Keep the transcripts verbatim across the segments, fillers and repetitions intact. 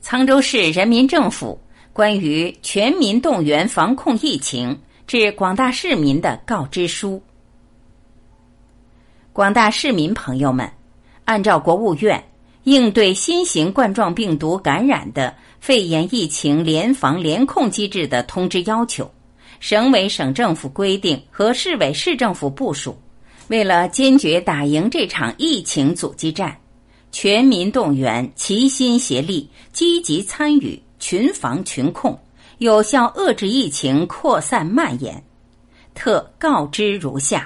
沧州市人民政府关于全民动员防控疫情致广大市民的告知书。广大市民朋友们，按照国务院应对新型冠状病毒感染的肺炎疫情联防联控机制的通知要求，省委省政府规定和市委市政府部署，为了坚决打赢这场疫情阻击战，全民动员，齐心协力，积极参与，群防群控，有效遏制疫情扩散蔓延。特告知如下：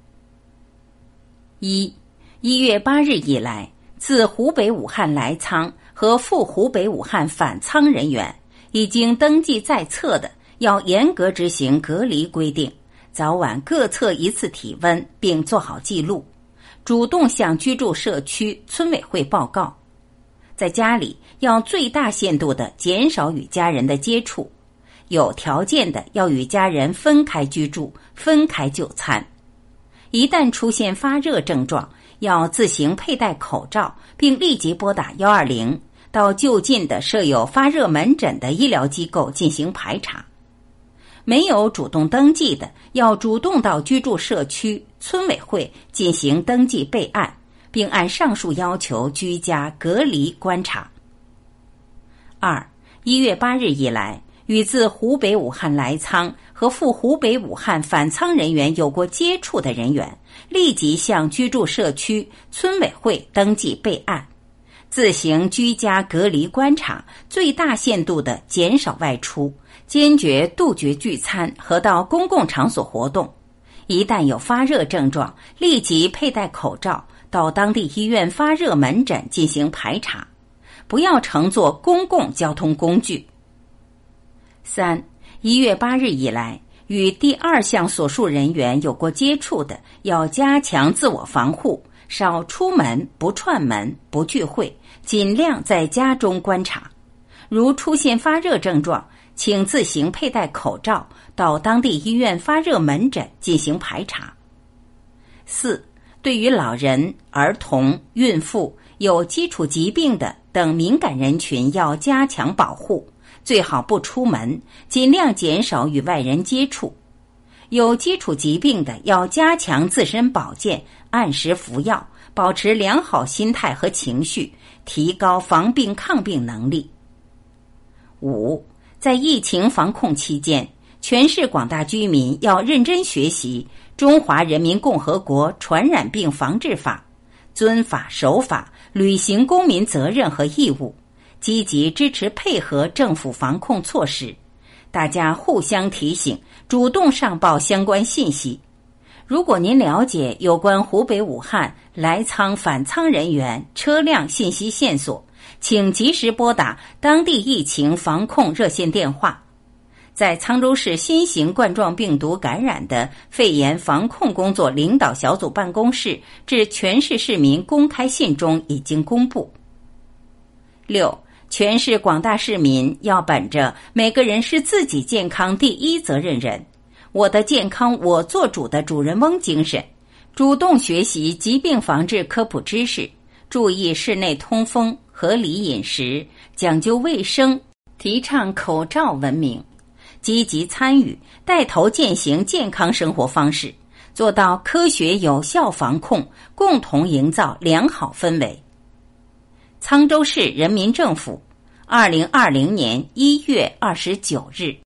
一、一月八日以来，自湖北武汉来沧和赴湖北武汉返沧人员，已经登记在册的，要严格执行隔离规定，早晚各测一次体温，并做好记录，主动向居住社区村委会报告。在家里要最大限度地减少与家人的接触，有条件的要与家人分开居住，分开就餐。一旦出现发热症状，要自行佩戴口罩，并立即拨打一二零，到就近的设有发热门诊的医疗机构进行排查。没有主动登记的，要主动到居住社区、村委会进行登记备案，并按上述要求居家隔离观察。二、一月八日以来，与自湖北武汉来沧和赴湖北武汉返沧人员有过接触的人员，立即向居住社区、村委会登记备案，自行居家隔离观察，最大限度地减少外出，坚决杜绝聚餐和到公共场所活动。一旦有发热症状，立即佩戴口罩，到当地医院发热门诊进行排查，不要乘坐公共交通工具。三、一月八日以来，与第二项所述人员有过接触的，要加强自我防护，少出门，不串门，不聚会，尽量在家中观察。如出现发热症状，请自行佩戴口罩，到当地医院发热门诊进行排查。四、对于老人、儿童、孕妇、有基础疾病的等敏感人群要加强保护，最好不出门，尽量减少与外人接触。有基础疾病的要加强自身保健，按时服药，保持良好心态和情绪，提高防病抗病能力。五、在疫情防控期间，全市广大居民要认真学习《中华人民共和国传染病防治法》，遵法守法，履行公民责任和义务，积极支持配合政府防控措施。大家互相提醒，主动上报相关信息。如果您了解有关湖北武汉来沧返沧人员车辆信息线索，请及时拨打当地疫情防控热线电话。在沧州市新型冠状病毒感染的肺炎防控工作领导小组办公室致全市市民公开信中已经公布。六、全市广大市民要本着每个人是自己健康第一责任人，我的健康我做主的主人翁精神，主动学习疾病防治科普知识，注意室内通风、合理饮食，讲究卫生，提倡口罩文明，积极参与，带头践行健康生活方式，做到科学有效防控，共同营造良好氛围。沧州市人民政府，二零二零年一月二十九日。